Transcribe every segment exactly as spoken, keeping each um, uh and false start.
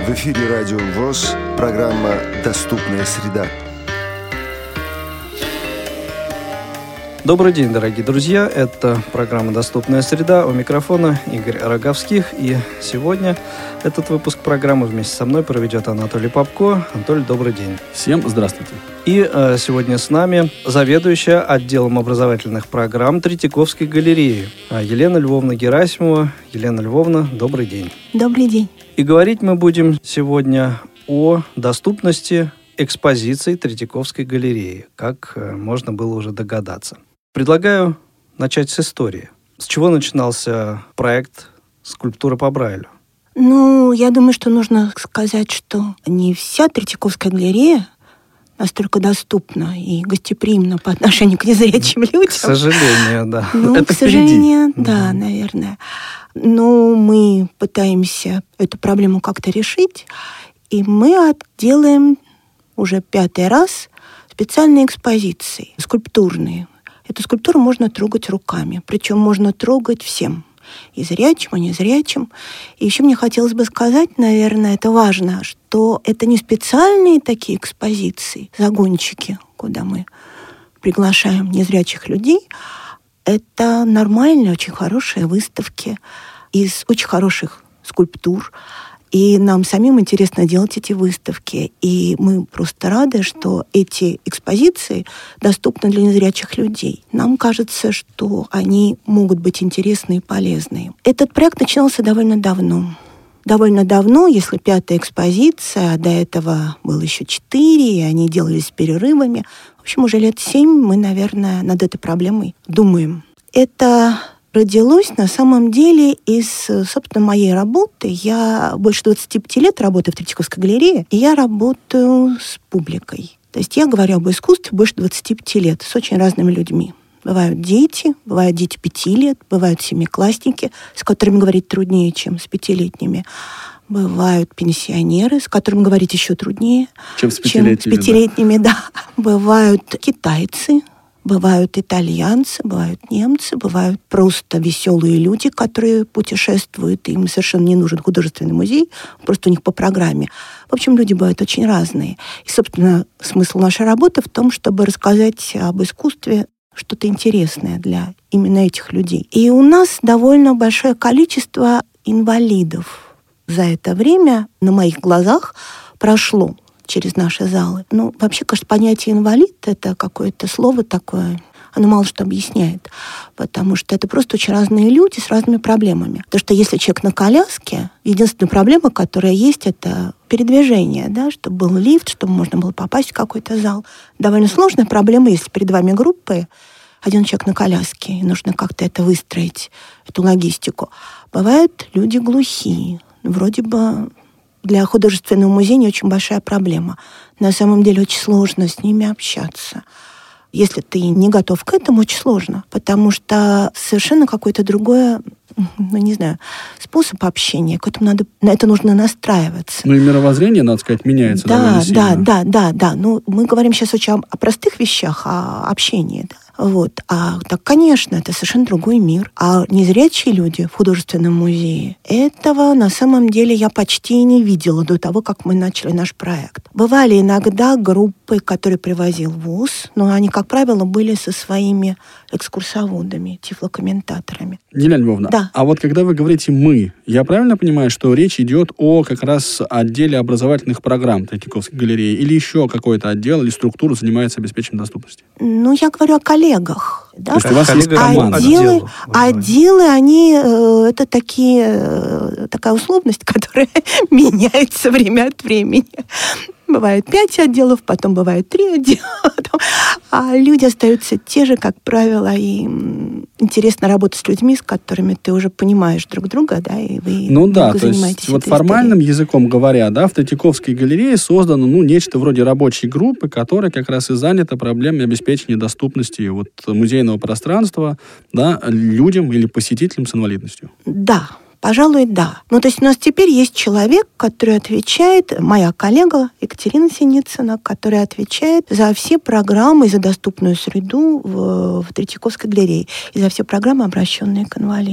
В эфире Радио ВОС, программа «Доступная среда». Добрый день, дорогие друзья. Это программа «Доступная среда». У микрофона Игорь Роговских. И сегодня этот выпуск программы вместе со мной проведет Анатолий Попко. Анатолий, добрый день. Всем здравствуйте. И э, сегодня с нами заведующая отделом образовательных программ Третьяковской галереи Елена Львовна Герасимова. Елена Львовна, добрый день. Добрый день. И говорить мы будем сегодня о доступности экспозиций Третьяковской галереи, как э, можно было уже догадаться. Предлагаю начать с истории. С чего начинался проект «Скульптура по Брайлю»? Ну, я думаю, что нужно сказать, что не вся Третьяковская галерея настолько доступна и гостеприимна по отношению к незрячим людям. К сожалению, да. Ну, Это к сожалению, впереди. да, Угу. наверное. Но мы пытаемся эту проблему как-то решить, и мы делаем уже пятый раз специальные экспозиции, скульптурные. Эту скульптуру можно трогать руками, причем можно трогать всем, и зрячим, и незрячим. И еще мне хотелось бы сказать, наверное, это важно, что это не специальные такие экспозиции, загончики, куда мы приглашаем незрячих людей. Это нормальные, очень хорошие выставки из очень хороших скульптур. И нам самим интересно делать эти выставки. И мы просто рады, что эти экспозиции доступны для незрячих людей. Нам кажется, что они могут быть интересны и полезны. Этот проект начинался довольно давно. Довольно давно, если пятая экспозиция, а до этого было еще четыре, и они делались с перерывами. В общем, уже лет семь мы, наверное, над этой проблемой думаем. Это родилось на самом деле из, собственно, моей работы. Я больше двадцати пяти лет работаю в Третьяковской галерее, и я работаю с публикой. То есть я говорю об искусстве больше двадцати пяти лет с очень разными людьми. Бывают дети, бывают дети пяти лет, бывают семиклассники, с которыми говорить труднее, чем с пятилетними. Бывают пенсионеры, с которыми говорить еще труднее, Чем с чем пятилетними, с пятилетними, да. да. Бывают китайцы, бывают итальянцы, бывают немцы, бывают просто веселые люди, которые путешествуют, им совершенно не нужен художественный музей, просто у них по программе. В общем, люди бывают очень разные. И, собственно, смысл нашей работы в том, чтобы рассказать об искусстве что-то интересное для именно этих людей. И у нас довольно большое количество инвалидов за это время на моих глазах прошло через наши залы. Ну, вообще, кажется, понятие «инвалид» — это какое-то слово такое, оно мало что объясняет, потому что это просто очень разные люди с разными проблемами. Потому что если человек на коляске, единственная проблема, которая есть, это передвижение, да, чтобы был лифт, чтобы можно было попасть в какой-то зал. Довольно сложная проблема, если перед вами группы, один человек на коляске, и нужно как-то это выстроить, эту логистику. Бывают люди глухие, вроде бы для художественного музея не очень большая проблема. На самом деле очень сложно с ними общаться. Если ты не готов к этому, очень сложно, потому что совершенно какое-то другое, ну, не знаю, способ общения. К этому надо, на это нужно настраиваться. Ну и мировоззрение, надо сказать, меняется да, довольно сильно. Да, да, да, да. Ну, мы говорим сейчас очень о, о простых вещах, о общении, да. Вот. А так, конечно, это совершенно другой мир. А незрячие люди в художественном музее, этого на самом деле я почти не видела до того, как мы начали наш проект. Бывали иногда группы, которые привозил ВУЗ, но они, как правило, были со своими экскурсоводами, тифлокомментаторами. Елена Львовна, да. А вот когда вы говорите «мы», я правильно понимаю, что речь идет о как раз отделе образовательных программ Третьяковской галереи или еще какой-то отдел или структура занимается обеспечением доступности? Ну, я говорю о коллегах. Да? То есть у вас есть команда? Отделы, отделы, они, это такие, такая условность, которая меняется время от времени. Бывает пять отделов, потом бывает три отдела. А люди остаются те же, как правило, и интересно работать с людьми, с которыми ты уже понимаешь друг друга, да, и вы ну да, то занимаетесь есть вот этой формальным историей. языком говоря, да, в Третьяковской галерее создано, ну, нечто вроде рабочей группы, которая как раз и занята проблемой обеспечения доступности вот музейного пространства, да, людям или посетителям с инвалидностью. Да. Пожалуй, да. Ну, то есть у нас теперь есть человек, который отвечает, моя коллега Екатерина Синицына, которая отвечает за все программы, за доступную среду в, в Третьяковской галерее, и за все программы, обращенные к инвалидам.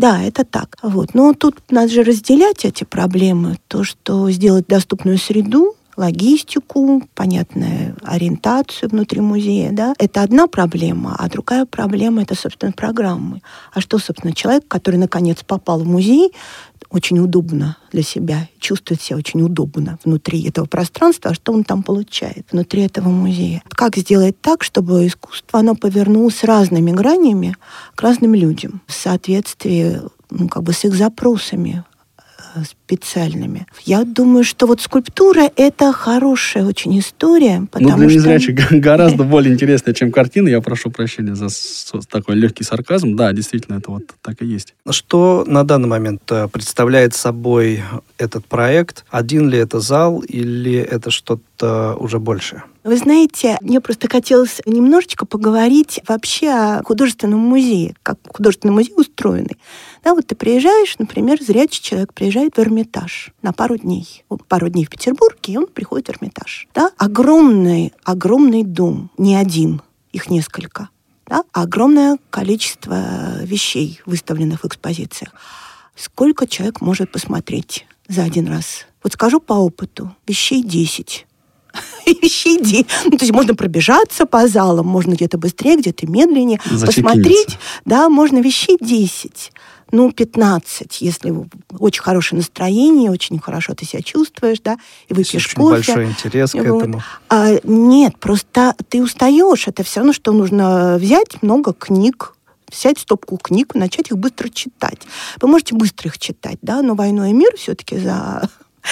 Да, это так. Вот. Но тут надо же разделять эти проблемы. То, что сделать доступную среду, логистику, понятную ориентацию внутри музея, да, это одна проблема, а другая проблема — это, собственно, программы. А что, собственно, человек, который, наконец, попал в музей, очень удобно для себя, чувствует себя очень удобно внутри этого пространства, а что он там получает внутри этого музея. Как сделать так, чтобы искусство, оно повернулось разными гранями к разным людям в соответствии, ну, как бы с их запросами специальными. Я думаю, что вот скульптура — это хорошая очень история, потому что... Ну, для незрячих что... гораздо более интересная, чем картина. Я прошу прощения за такой легкий сарказм. Да, действительно, это вот так и есть. Что на данный момент представляет собой этот проект? Один ли это зал или это что-то уже большее? Вы знаете, мне просто хотелось немножечко поговорить вообще о художественном музее, как художественный музей устроенный. Да, вот ты приезжаешь, например, зрячий человек приезжает в Эрмитаж на пару дней. Он пару дней в Петербурге, и он приходит в Эрмитаж. Да? Огромный, огромный дом, не один, их несколько. Да? Огромное количество вещей, выставленных в экспозициях. Сколько человек может посмотреть за один раз? Вот скажу по опыту, вещей десять. Вещей десять. Ну, то есть можно пробежаться по залам, можно где-то быстрее, где-то медленнее, посмотреть. Да, можно вещей десять. Ну, пятнадцать, если очень хорошее настроение, очень хорошо ты себя чувствуешь, да, и выпьешь очень кофе. Большой интерес вот. к этому. А, нет, просто ты устаешь. Это все равно, что нужно взять много книг, взять стопку книг и начать их быстро читать. Вы можете быстро их читать, да, но «Войну и мир» все-таки за...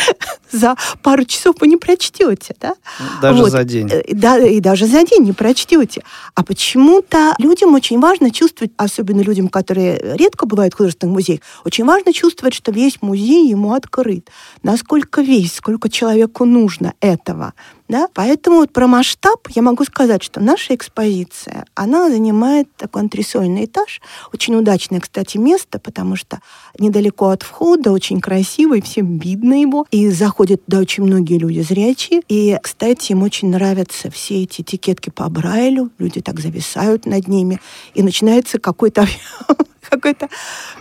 за пару часов вы не прочтете, да? Даже вот. за день. Да, и даже за день не прочтете. А почему-то людям очень важно чувствовать, особенно людям, которые редко бывают в художественных музеях, очень важно чувствовать, что весь музей ему открыт. Насколько весь, сколько человеку нужно этого. Да? Поэтому вот про масштаб я могу сказать, что наша экспозиция, она занимает такой антресольный этаж. Очень удачное, кстати, место, потому что недалеко от входа, очень красивый, всем видно его. И заходят туда очень многие люди зрячие. И, кстати, им очень нравятся все эти этикетки по Брайлю. Люди так зависают над ними. И начинается какой-то... какое-то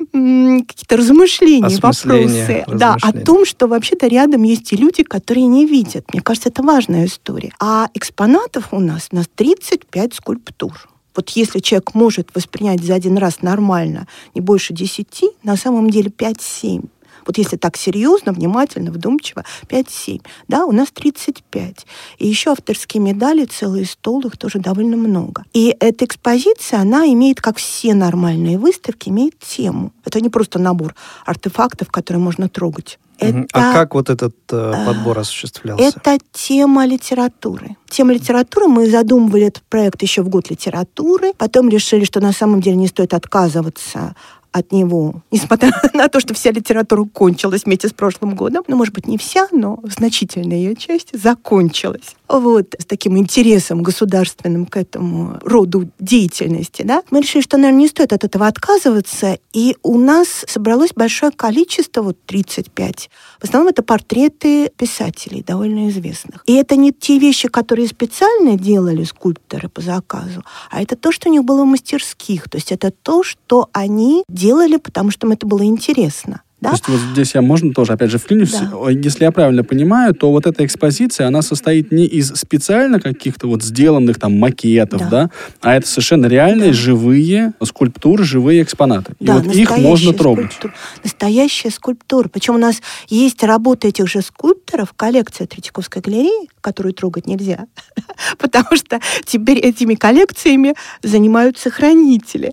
м- какие-то размышления, вопросы. Да, о том, что вообще-то рядом есть и люди, которые не видят. Мне кажется, это важная история. А экспонатов у нас, у нас тридцать пять скульптур. Вот если человек может воспринять за один раз нормально не больше десяти, на самом деле пять-семь. Вот если так серьезно, внимательно, вдумчиво, пять-семь. Да, у нас тридцать пять. И еще авторские медали, целый стол, их тоже довольно много. И эта экспозиция, она имеет, как все нормальные выставки, имеет тему. Это не просто набор артефактов, которые можно трогать. Это, а как вот этот э, подбор осуществлялся? Это тема литературы. Тема литературы. Мы задумывали этот проект еще в год литературы. Потом решили, что на самом деле не стоит отказываться от него, несмотря на то, что вся литература кончилась вместе с прошлым годом. Ну, может быть, не вся, но значительная ее часть закончилась. Вот, с таким интересом государственным к этому роду деятельности, да. Мы решили, что, наверное, не стоит от этого отказываться, и у нас собралось большое количество, вот тридцать пять. В основном это портреты писателей, довольно известных. И это не те вещи, которые специально делали скульпторы по заказу, а это то, что у них было в мастерских. То есть это то, что они делали, потому что им это было интересно. Да? То есть вот здесь я можно тоже, опять же, вклинюсь. Да. Если я правильно понимаю, то вот эта экспозиция, она состоит не из специально каких-то вот сделанных там макетов, да, да а это совершенно реальные, да, живые скульптуры, живые экспонаты. Да, и вот их можно трогать. Скульптура. Настоящая скульптура. Причем у нас есть работа этих же скульпторов, коллекция Третьяковской галереи, которую трогать нельзя, потому что теперь этими коллекциями занимаются хранители.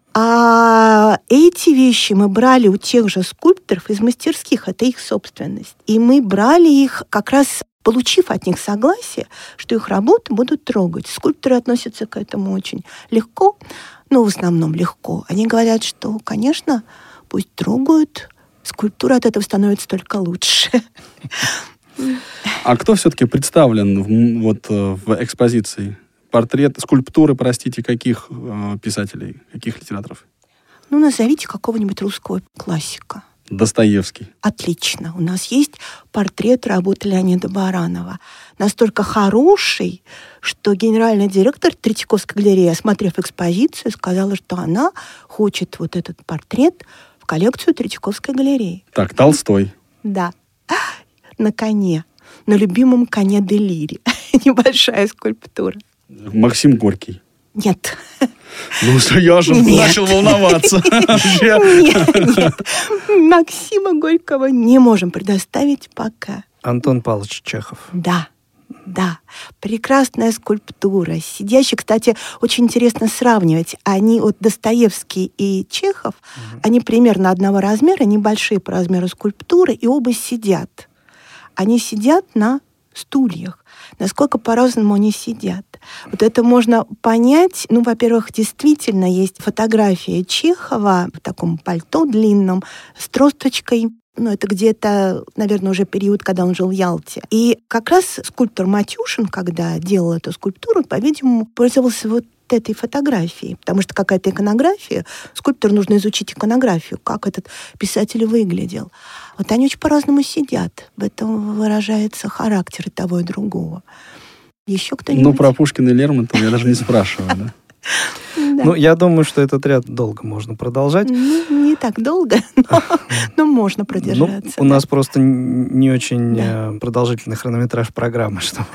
А эти вещи мы брали у тех же скульпторов из мастерских, это их собственность. И мы брали их как раз, получив от них согласие, что их работы будут трогать. Скульпторы относятся к этому очень легко, но в основном легко. Они говорят, что, конечно, пусть трогают, скульптура от этого становится только лучше. А кто все-таки представлен в, вот, в экспозиции? Портрет, скульптуры, простите, каких э, писателей, каких литераторов? Ну, назовите какого-нибудь русского классика. Достоевский. Отлично. У нас есть портрет работы Леонида Баранова. Настолько хороший, что генеральный директор Третьяковской галереи, осмотрев экспозицию, сказала, что она хочет вот этот портрет в коллекцию Третьяковской галереи. Так, Толстой. Да. На коне. На любимом коне Делире. Небольшая скульптура. Максим Горький. Нет. Ну, что я же Нет. начал волноваться. Нет, нет. Максима Горького не можем предоставить пока. Антон Павлович Чехов. Да, да. Прекрасная скульптура. Сидящие, кстати, очень интересно сравнивать. Они, вот Достоевский и Чехов, угу. они примерно одного размера, небольшие по размеру скульптуры, и оба сидят. Они сидят на стульях. Насколько по-разному они сидят. Вот это можно понять. Ну, во-первых, действительно есть фотография Чехова в таком пальто длинном с тросточкой. Ну, это где-то, наверное, уже период, когда он жил в Ялте. И как раз скульптор Матюшин, когда делал эту скульптуру, по-видимому, пользовался вот этой фотографией. Потому что какая-то иконография, скульптору нужно изучить иконографию, как этот писатель выглядел. Вот они очень по-разному сидят. В этом выражается характер и того, и другого. Еще кто-нибудь? Ну, про Пушкина и Лермонтова я даже не спрашиваю, да? Да. Ну, я думаю, что этот ряд долго можно продолжать. Ну, не так долго, но, но можно продержаться. Ну, у да. нас просто не очень Да. продолжительный хронометраж программы, чтобы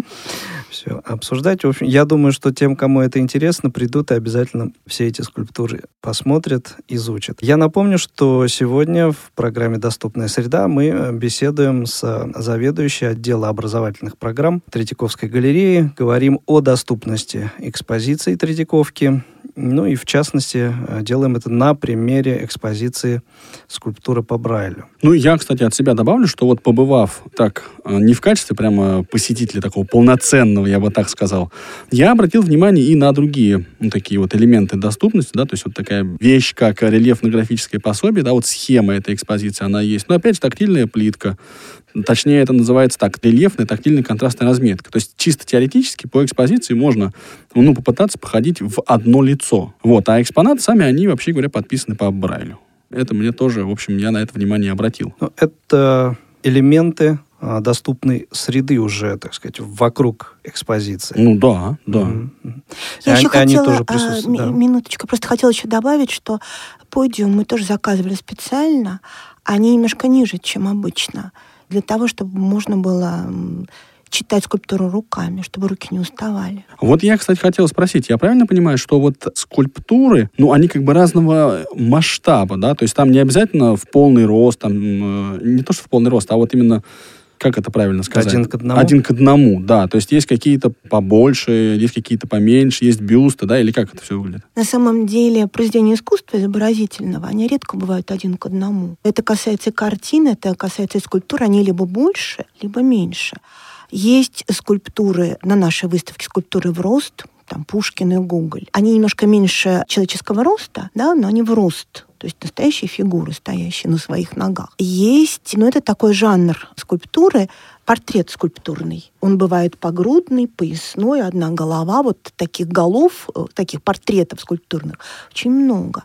все обсуждать. В общем, я думаю, что тем, кому это интересно, придут и обязательно все эти скульптуры посмотрят, изучат. Я напомню, что сегодня в программе «Доступная среда» мы беседуем с заведующей отдела образовательных программ Третьяковской галереи. Говорим о доступности экспозиции Третьяковки. Ну и, в частности, делаем это на примере экспозиции «Скульптура по Брайлю». Ну, я, кстати, от себя добавлю, что вот побывав так, не в качестве прямо посетителя такого полноценного, я бы так сказал, я обратил внимание и на другие ну, такие вот элементы доступности, да, то есть вот такая вещь, как рельефно-графическое пособие, да, вот схема этой экспозиции, она есть. Но, опять же, тактильная плитка, точнее, это называется так, рельефная, тактильная, контрастная разметка. То есть чисто теоретически по экспозиции можно ну, попытаться походить в одно лицо. Вот. А экспонаты сами, они, вообще говоря, подписаны по Брайлю. Это мне тоже, в общем, я на это внимание обратил. Ну, это элементы а, доступной среды уже, так сказать, вокруг экспозиции. Ну да, да. Mm-hmm. Я они, еще они хотела, тоже присутствуют. а, да. минуточку, просто хотела еще добавить, что подиум мы тоже заказывали специально. Они немножко ниже, чем обычно, для того, чтобы можно было читать скульптуру руками, чтобы руки не уставали. Вот я, кстати, хотел спросить, я правильно понимаю, что вот скульптуры, ну, они как бы разного масштаба, да? То есть там не обязательно в полный рост, там, э, не то, что в полный рост, а вот именно, как это правильно сказать? Один к одному? Один к одному, да. То есть есть какие-то побольше, есть какие-то поменьше, есть бюсты, да? Или как это все выглядит? На самом деле произведения искусства изобразительного, они редко бывают один к одному. Это касается и картин, это касается и скульптур, они либо больше, либо меньше. Есть скульптуры на нашей выставке, скульптуры в рост, там Пушкин и Гоголь. Они немножко меньше человеческого роста, да, но они в рост. То есть настоящие фигуры, стоящие на своих ногах. Есть, ну, это такой жанр скульптуры, портрет скульптурный. Он бывает погрудный, поясной, одна голова. Вот таких голов, таких портретов скульптурных очень много.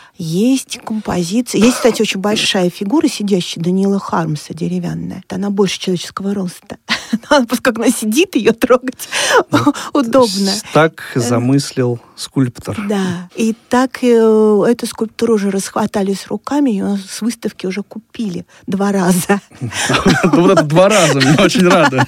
Есть композиции. Есть, кстати, очень большая фигура, сидящая Даниила Хармса, деревянная. Она больше человеческого роста. Поскольку она сидит, ее трогать удобно. Так замыслил скульптор. Да. И так эту скульптуру уже расхватали с руками, ее с выставки уже купили два раза. Вот это два раза, мне очень рада.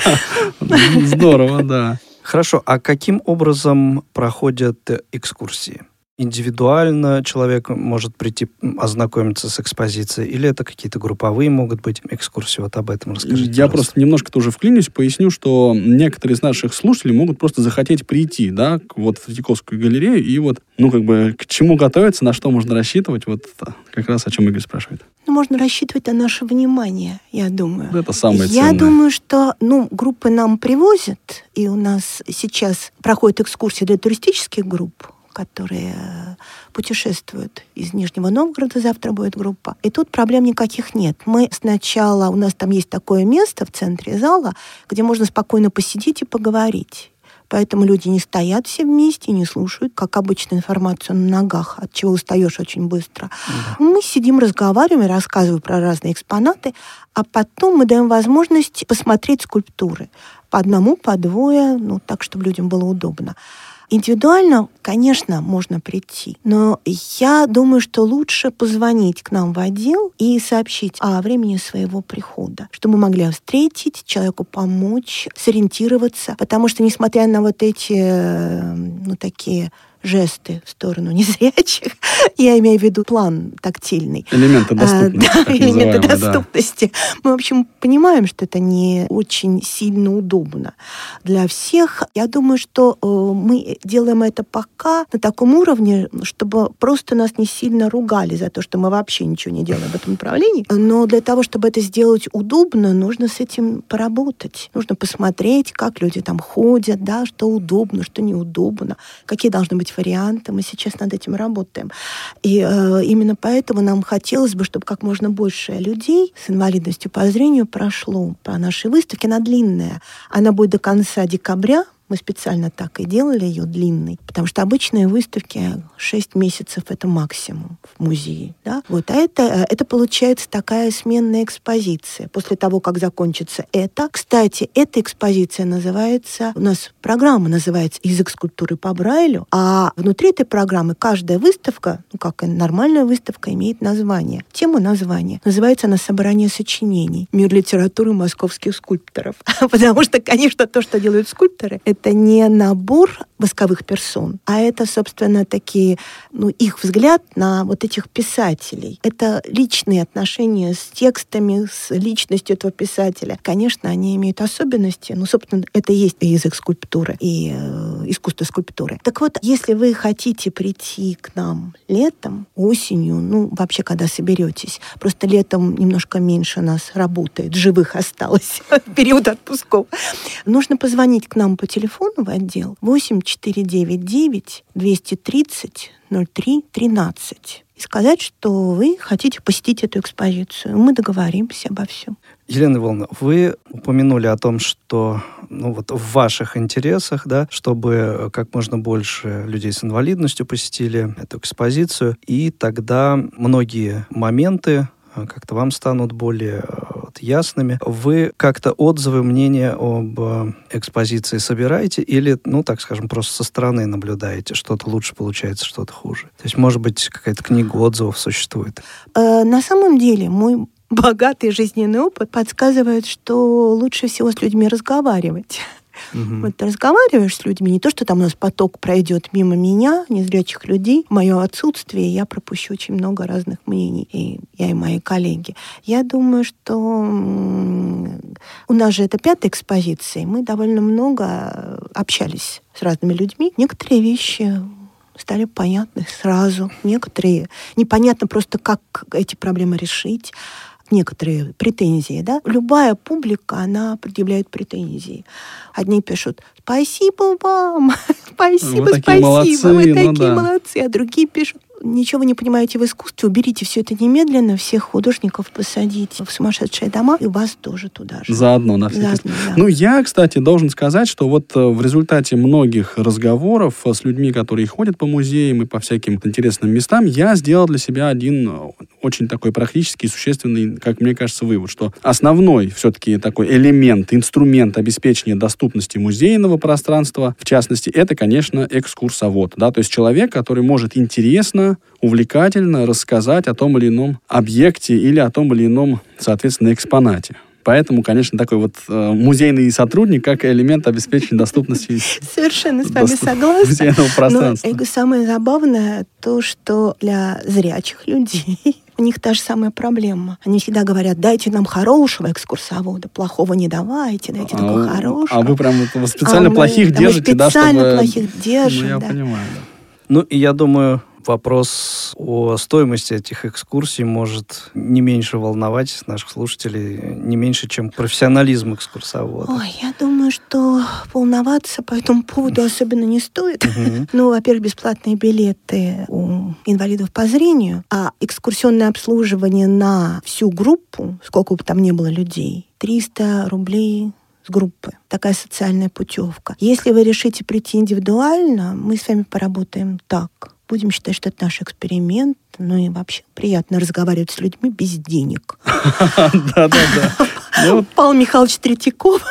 Здорово, да. Хорошо, а каким образом проходят экскурсии? Индивидуально человек может прийти ознакомиться с экспозицией, или это какие-то групповые могут быть экскурсии? Вот об этом расскажите. Я пожалуйста. просто немножко тоже вклинюсь, поясню, что некоторые из наших слушателей могут просто захотеть прийти, да, вот в Третьяковскую галерею, и вот, ну, как бы, к чему готовиться, на что можно рассчитывать, вот как раз о чем Игорь спрашивает. Ну, можно рассчитывать на наше внимание, я думаю. Это самое Я ценное. думаю, что, ну, группы нам привозят, и у нас сейчас проходят экскурсии для туристических групп, которые путешествуют из Нижнего Новгорода, завтра будет группа. И тут проблем никаких нет. Мы сначала, у нас там есть такое место в центре зала, где можно спокойно посидеть и поговорить. Поэтому люди не стоят все вместе, не слушают, как обычно, информацию на ногах, от чего устаешь очень быстро. Да. Мы сидим, разговариваем, рассказываем про разные экспонаты, а потом мы даем возможность посмотреть скульптуры. По одному, по двое, ну, так, чтобы людям было удобно. Индивидуально, конечно, можно прийти, но я думаю, что лучше позвонить к нам в отдел и сообщить о времени своего прихода, чтобы мы могли встретить, человеку помочь, сориентироваться, потому что, несмотря на вот эти, ну, такие жесты в сторону незрячих, я имею в виду план тактильный. Элементы доступности. А, да, элементы доступности. Да. Мы, в общем, понимаем, что это не очень сильно удобно для всех. Я думаю, что э, мы делаем это пока на таком уровне, чтобы просто нас не сильно ругали за то, что мы вообще ничего не делаем в этом направлении. Но для того, чтобы это сделать удобно, нужно с этим поработать. Нужно посмотреть, как люди там ходят, да, что удобно, что неудобно, какие должны быть варианты. Мы сейчас над этим работаем. И э, именно поэтому нам хотелось бы, чтобы как можно больше людей с инвалидностью по зрению прошло по нашей выставке. Она длинная. Она будет до конца декабря. Мы специально так и делали ее длинной, потому что обычные выставки шесть месяцев — это максимум в музее. Да? Вот. А это, это получается такая сменная экспозиция. После того, как закончится это. Кстати, эта экспозиция называется... У нас программа называется «Язык скульптуры по Брайлю», а внутри этой программы каждая выставка, ну, как и нормальная выставка, имеет название. Тема названия. Называется она «Собрание сочинений. Мир литературы московских скульпторов». Потому что, конечно, то, что делают скульпторы, это это не набор восковых персон, а это, собственно, такие, ну, их взгляд на вот этих писателей. Это личные отношения с текстами, с личностью этого писателя. Конечно, они имеют особенности, но, собственно, это и есть язык скульптуры и э, искусство скульптуры. Так вот, если вы хотите прийти к нам летом, осенью, ну, вообще, когда соберетесь, просто летом немножко меньше нас работает, живых осталось в период отпусков, нужно позвонить к нам по телефону в отдел восемь четыре девять девять двести тридцать ноль три тринадцать и сказать, что вы хотите посетить эту экспозицию. Мы договоримся обо всем. Елена Ивановна, вы упомянули о том, что, ну, вот в ваших интересах, да, чтобы как можно больше людей с инвалидностью посетили эту экспозицию, и тогда многие моменты как-то вам станут более вот, ясными. Вы как-то отзывы, мнения об экспозиции собираете или, ну, так скажем, просто со стороны наблюдаете? Что-то лучше получается, что-то хуже? То есть, может быть, какая-то книга отзывов существует? Э, на самом деле, мой богатый жизненный опыт подсказывает, что лучше всего с людьми разговаривать. Угу. Вот ты разговариваешь с людьми, не то, что там у нас поток пройдет мимо меня, незрячих людей, в мое отсутствие я пропущу очень много разных мнений, и я и мои коллеги. Я думаю, что у нас же это пятая экспозиция, мы довольно много общались с разными людьми. Некоторые вещи стали понятны сразу, некоторые непонятно просто, как эти проблемы решить. Некоторые претензии, да. Любая публика, она предъявляет претензии. Одни пишут: «Спасибо вам, спасибо, вы такие спасибо, молодцы, вы ну такие да. молодцы». А другие пишут: «Ничего вы не понимаете в искусстве, уберите все это немедленно, всех художников посадите в сумасшедшие дома, и вас тоже туда же». Заодно, на всякий случай. Да. Ну, я, кстати, должен сказать, что вот в результате многих разговоров с людьми, которые ходят по музеям и по всяким интересным местам, я сделал для себя один очень такой практический, существенный, как мне кажется, вывод, что основной все-таки такой элемент, инструмент обеспечения доступности музейного пространства, в частности, это, конечно, экскурсовод. Да? То есть человек, который может интересно, увлекательно рассказать о том или ином объекте или о том или ином, соответственно, экспонате. Поэтому, конечно, такой вот э, музейный сотрудник как элемент обеспечения доступности. Совершенно с вами согласна. Музейного пространства. Но самое забавное то, что для зрячих людей у них та же самая проблема. Они всегда говорят: «Дайте нам хорошего экскурсовода, плохого не давайте, дайте такого а, хорошего». А вы прям вот специально а плохих мы, держите, да, чтобы... специально плохих держим, Ну, я да. понимаю, да. Ну, и я думаю, вопрос о стоимости этих экскурсий может не меньше волновать наших слушателей, не меньше, чем профессионализм экскурсовода. Ой, я думаю, что волноваться по этому поводу особенно не стоит. Uh-huh. Ну, во-первых, бесплатные билеты у инвалидов по зрению, а экскурсионное обслуживание на всю группу, сколько бы там ни было людей, триста рублей с группы. Такая социальная путевка. Если вы решите прийти индивидуально, мы с вами поработаем так. Будем считать, что это наш эксперимент. Ну и вообще приятно разговаривать с людьми без денег. Да-да-да. Павел Михайлович Третьяков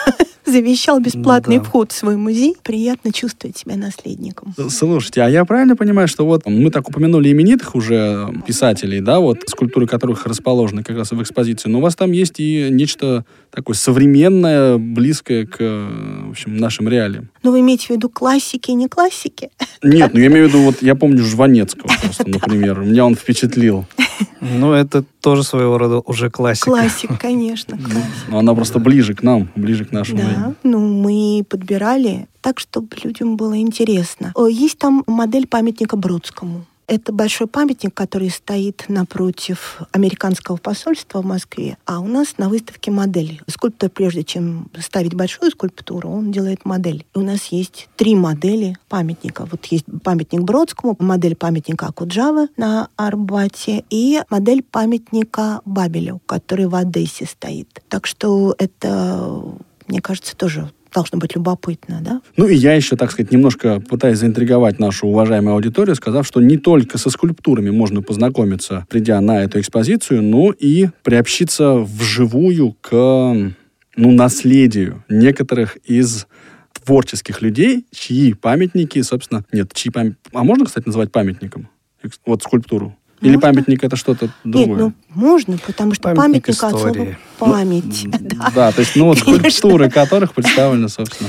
завещал бесплатный Да. вход в свой музей. Приятно чувствовать себя наследником. Слушайте, а я правильно понимаю, что вот мы так упомянули именитых уже писателей, да, вот скульптуры которых расположены как раз в экспозиции, но у вас там есть и нечто такое современное, близкое к, в общем, нашим реалиям. Но вы имеете в виду классики и не классики? Нет, ну я имею в виду, вот я помню Жванецкого просто, например. Меня он впечатлил. Ну, это тоже своего рода уже классика. Классик, конечно, классик. Но она просто ближе к нам, ближе к нашему Да, времени. ну мы подбирали так, чтобы людям было интересно. О, есть там модель памятника Бродскому. Это большой памятник, который стоит напротив американского посольства в Москве. А у нас на выставке модель. Скульптор, прежде чем ставить большую скульптуру, он делает модель. И у нас есть три модели памятника. Вот есть памятник Бродскому, модель памятника Акуджавы на Арбате и модель памятника Бабелю, который в Одессе стоит. Так что это, мне кажется, тоже должно быть любопытно, да? Ну и я еще, так сказать, немножко пытаюсь заинтриговать нашу уважаемую аудиторию, сказав, что не только со скульптурами можно познакомиться, придя на эту экспозицию, но и приобщиться вживую к, ну, наследию некоторых из творческих людей, чьи памятники, собственно, нет, чьи памятники... А можно, кстати, называть памятником? Вот скульптуру? Или Можно. памятник — это что-то другое? Нет, ну можно, потому что Памятник памятник от слова истории. память. Ну, Да. да, то есть, ну, вот Конечно. скульптуры которых представлены, собственно.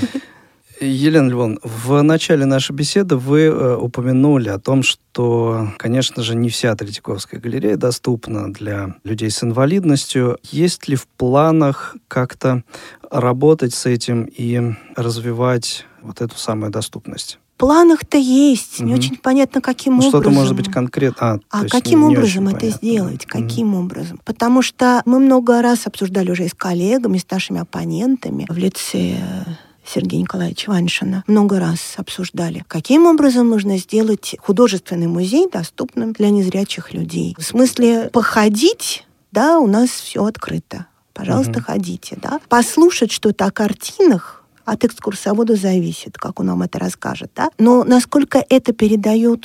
Елена Львовна, в начале нашей беседы вы э, упомянули о том, что, конечно же, не вся Третьяковская галерея доступна для людей с инвалидностью. Есть ли в планах как-то работать с этим и развивать вот эту самую доступность? В планах-то есть. Не Мгм. очень понятно, каким Ну, образом. что-то может быть конкретно. А, то А есть каким не- не образом очень это понятно. сделать? Мгм. Каким образом? Потому что мы много раз обсуждали уже и с коллегами, с нашими оппонентами в лице Сергея Николаевича Ваншина. Много раз обсуждали, каким образом нужно сделать художественный музей доступным для незрячих людей. В смысле, походить, да, у нас все открыто. Пожалуйста, Мгм. ходите, да. Послушать что-то о картинах от экскурсовода зависит, как он нам это расскажет, да. Но насколько это передает,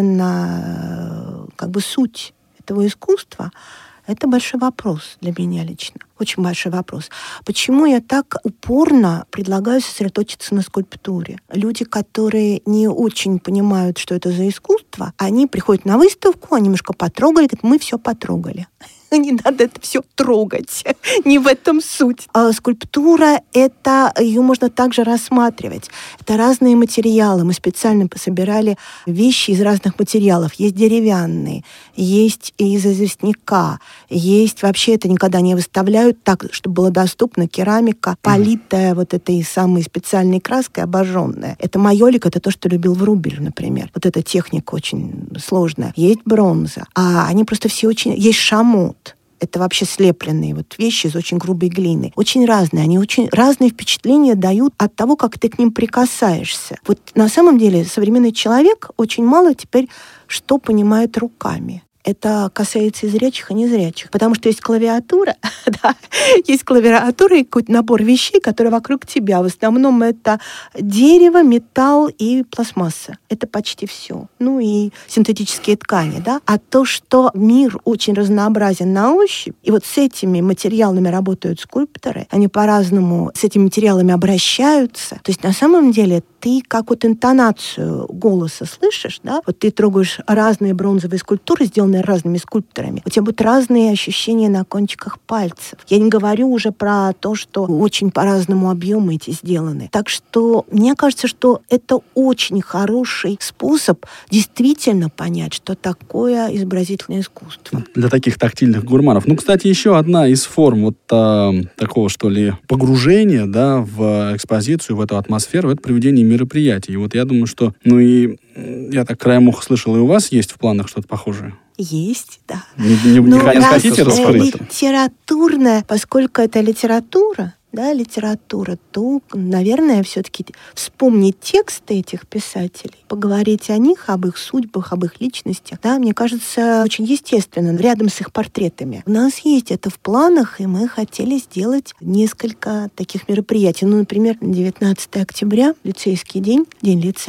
собственно, как бы суть этого искусства, это большой вопрос для меня лично. Очень большой вопрос. Почему я так упорно предлагаю сосредоточиться на скульптуре? Люди, которые не очень понимают, что это за искусство, они приходят на выставку, они немножко потрогали, говорят, мы все потрогали. Не надо это все трогать. Не в этом суть. А скульптура, это, ее можно также рассматривать. Это разные материалы. Мы специально пособирали вещи из разных материалов. Есть деревянные, есть из известняка, есть, вообще это никогда не выставляют так, чтобы было доступно, керамика, политая вот этой самой специальной краской, обожженная. Это майолик, это то, что любил Врубель, например. Вот эта техника очень сложная. Есть бронза. А они просто все очень... Есть шамот. Это вообще слепленные вот вещи из очень грубой глины. Очень разные. Они очень разные впечатления дают от того, как ты к ним прикасаешься. Вот на самом деле современный человек очень мало теперь что понимает руками. Это касается и зрячих, и незрячих. Потому что есть клавиатура, да, есть клавиатура и какой-то набор вещей, которые вокруг тебя. В основном это дерево, металл и пластмасса. Это почти все. Ну и синтетические ткани, да. А то, что мир очень разнообразен на ощупь, и вот с этими материалами работают скульпторы, они по-разному с этими материалами обращаются. То есть на самом деле ты как вот интонацию голоса слышишь, да, вот ты трогаешь разные бронзовые скульптуры, сделанные разными скульпторами, у тебя будут разные ощущения на кончиках пальцев. Я не говорю уже про то, что очень по-разному объемы эти сделаны. Так что мне кажется, что это очень хороший способ действительно понять, что такое изобразительное искусство. Для таких тактильных гурманов. Ну, кстати, еще одна из форм вот а, такого, что ли, погружения, да, в экспозицию, в эту атмосферу, это проведение мероприятий. И вот я думаю, что, ну и я так краем уха слышал, и у вас есть в планах что-то похожее? Есть, да. Не, не, Но не у нас хотите э, раскрыть? литературная, поскольку это литература, да, литература, то, наверное, все-таки вспомнить тексты этих писателей, поговорить о них, об их судьбах, об их личностях, да, мне кажется, очень естественно, рядом с их портретами. У нас есть это в планах, и мы хотели сделать несколько таких мероприятий. Ну, например, девятнадцатого октября, лицейский день, день лицея.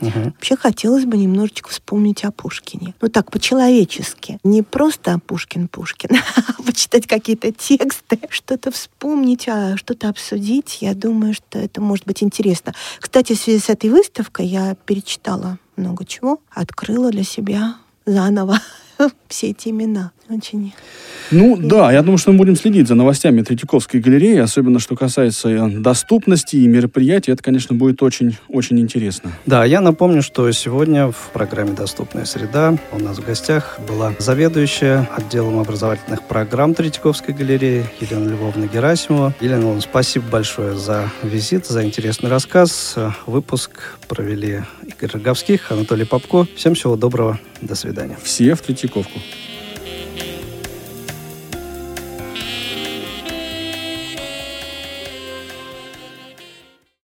Угу. Вообще хотелось бы немножечко вспомнить о Пушкине. Ну так, по-человечески. Не просто Пушкин-Пушкин, а почитать какие-то тексты, что-то вспомнить, а что-то обсудить. Я думаю, что это может быть интересно. Кстати, в связи с этой выставкой я перечитала много чего, открыла для себя заново все эти имена. Очень... Ну да, я думаю, что мы будем следить за новостями Третьяковской галереи, особенно что касается доступности и мероприятий. Это, конечно, будет очень-очень интересно. Да, я напомню, что сегодня в программе «Доступная среда» у нас в гостях была заведующая отделом образовательных программ Третьяковской галереи Елена Львовна Герасимова. Елена Львовна, спасибо большое за визит, за интересный рассказ. Выпуск провели Игорь Роговских, Анатолий Попко. Всем всего доброго. До свидания. Все в Третьяковку.